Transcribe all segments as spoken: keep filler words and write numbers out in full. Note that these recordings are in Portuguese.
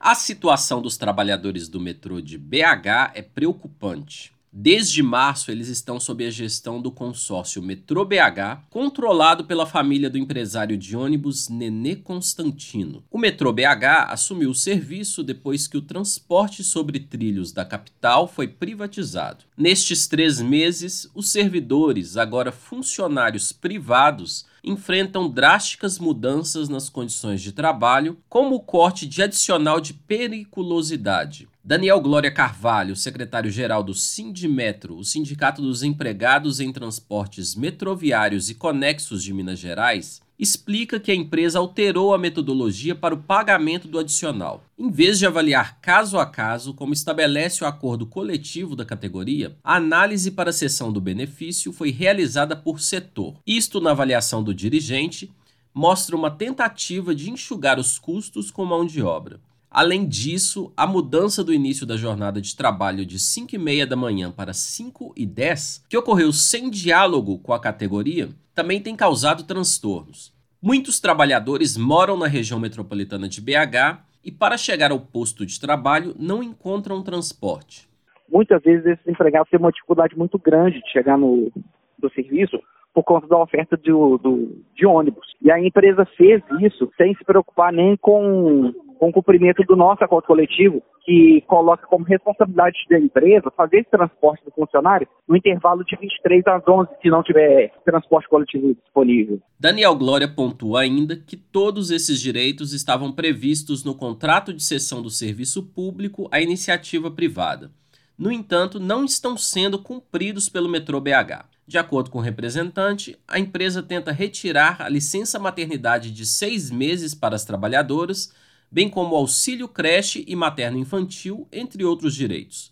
A situação dos trabalhadores do metrô de B H é preocupante. Desde março, eles estão sob a gestão do consórcio Metrô B H, controlado pela família do empresário de ônibus Nenê Constantino. O Metrô B H assumiu o serviço depois que o transporte sobre trilhos da capital foi privatizado. Nestes três meses, os servidores, agora funcionários privados, enfrentam drásticas mudanças nas condições de trabalho, como o corte de adicional de periculosidade. Daniel Glória Carvalho, secretário-geral do Sindimetro, o Sindicato dos Empregados em Transportes Metroviários e Conexos de Minas Gerais, explica que a empresa alterou a metodologia para o pagamento do adicional. Em vez de avaliar caso a caso, como estabelece o acordo coletivo da categoria, a análise para a cessão do benefício foi realizada por setor. Isto, na avaliação do dirigente, mostra uma tentativa de enxugar os custos com mão de obra. Além disso, a mudança do início da jornada de trabalho de cinco e meia da manhã para cinco e dez, que ocorreu sem diálogo com a categoria, também tem causado transtornos. Muitos trabalhadores moram na região metropolitana de B H e, para chegar ao posto de trabalho, não encontram transporte. Muitas vezes esses empregados têm uma dificuldade muito grande de chegar no, no serviço por conta da oferta de, do, de ônibus. E a empresa fez isso sem se preocupar nem com, com o cumprimento do nosso acordo coletivo, que coloca como responsabilidade da empresa fazer esse transporte do funcionário no intervalo de vinte e três às onze, se não tiver transporte coletivo disponível. Daniel Glória pontua ainda que todos esses direitos estavam previstos no contrato de cessão do serviço público à iniciativa privada. No entanto, não estão sendo cumpridos pelo Metrô B H. De acordo com o representante, a empresa tenta retirar a licença maternidade de seis meses para as trabalhadoras, bem como o auxílio creche e materno-infantil, entre outros direitos.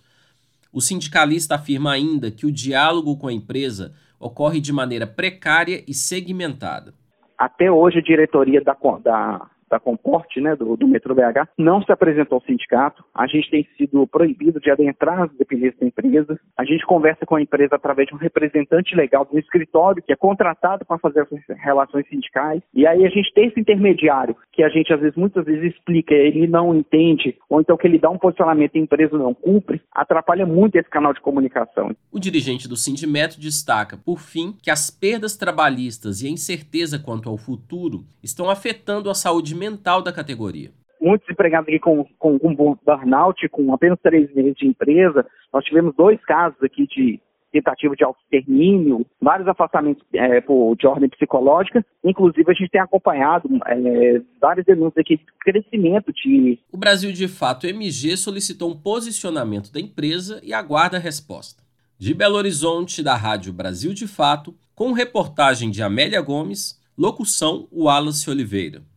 O sindicalista afirma ainda que o diálogo com a empresa ocorre de maneira precária e segmentada. Até hoje, a diretoria da, da, da Comporte, né, do, do Metrô B H, não se apresentou ao sindicato. A gente tem sido proibido de adentrar as dependências da empresa. A gente conversa com a empresa através de um representante legal do escritório, que é contratado para fazer as relações sindicais. E aí a gente tem esse intermediário, que a gente às vezes, muitas vezes explica, ele não entende, ou então que ele dá um posicionamento e a empresa não cumpre, atrapalha muito esse canal de comunicação. O dirigente do Sindimetro destaca, por fim, que as perdas trabalhistas e a incerteza quanto ao futuro estão afetando a saúde mental da categoria. Muitos empregados aqui com, com, com burnout, com apenas três meses de empresa. Nós tivemos dois casos aqui de tentativa de autoextermínio, vários afastamentos é, por, de ordem psicológica. Inclusive, a gente tem acompanhado é, várias denúncias aqui de crescimento de... O Brasil de Fato M G solicitou um posicionamento da empresa e aguarda a resposta. De Belo Horizonte, da Rádio Brasil de Fato, com reportagem de Amélia Gomes, locução Wallace Oliveira.